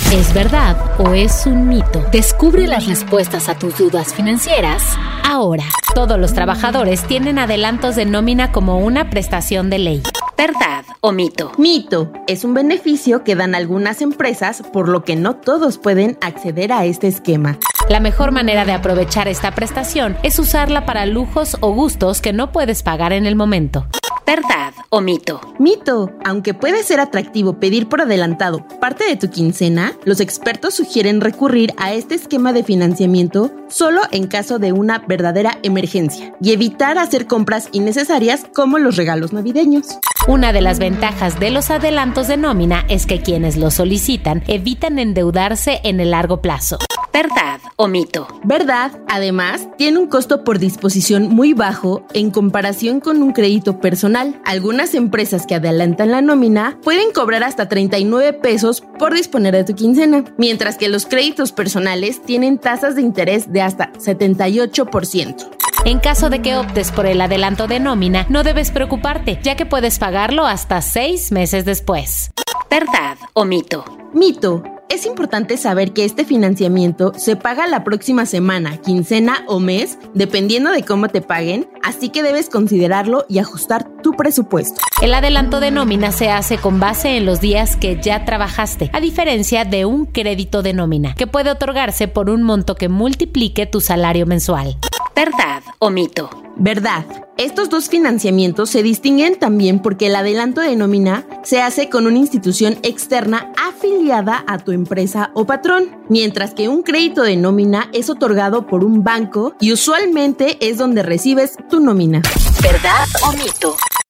¿Es verdad o es un mito? Descubre las respuestas a tus dudas financieras ahora. Todos los trabajadores tienen adelantos de nómina como una prestación de ley. ¿Verdad o mito? Mito. Es un beneficio que dan algunas empresas, por lo que no todos pueden acceder a este esquema. La mejor manera de aprovechar esta prestación es usarla para lujos o gustos que no puedes pagar en el momento. ¿Verdad o mito? Mito. Aunque puede ser atractivo pedir por adelantado parte de tu quincena, los expertos sugieren recurrir a este esquema de financiamiento solo en caso de una verdadera emergencia y evitar hacer compras innecesarias como los regalos navideños. Una de las ventajas de los adelantos de nómina es que quienes los solicitan evitan endeudarse en el largo plazo. ¿Verdad o mito? Verdad. Además, tiene un costo por disposición muy bajo en comparación con un crédito personal. Algunas empresas que adelantan la nómina pueden cobrar hasta 39 pesos por disponer de tu quincena, mientras que los créditos personales tienen tasas de interés de hasta 78%. En caso de que optes por el adelanto de nómina, no debes preocuparte, ya que puedes pagarlo hasta 6 meses después. ¿Verdad o mito? Mito. Es importante saber que este financiamiento se paga la próxima semana, quincena o mes, dependiendo de cómo te paguen, así que debes considerarlo y ajustar tu presupuesto. El adelanto de nómina se hace con base en los días que ya trabajaste, a diferencia de un crédito de nómina, que puede otorgarse por un monto que multiplique tu salario mensual. ¿Verdad o mito? Verdad. Estos dos financiamientos se distinguen también porque el adelanto de nómina se hace con una institución externa afiliada a tu empresa o patrón, mientras que un crédito de nómina es otorgado por un banco y usualmente es donde recibes tu nómina. ¿Verdad o mito?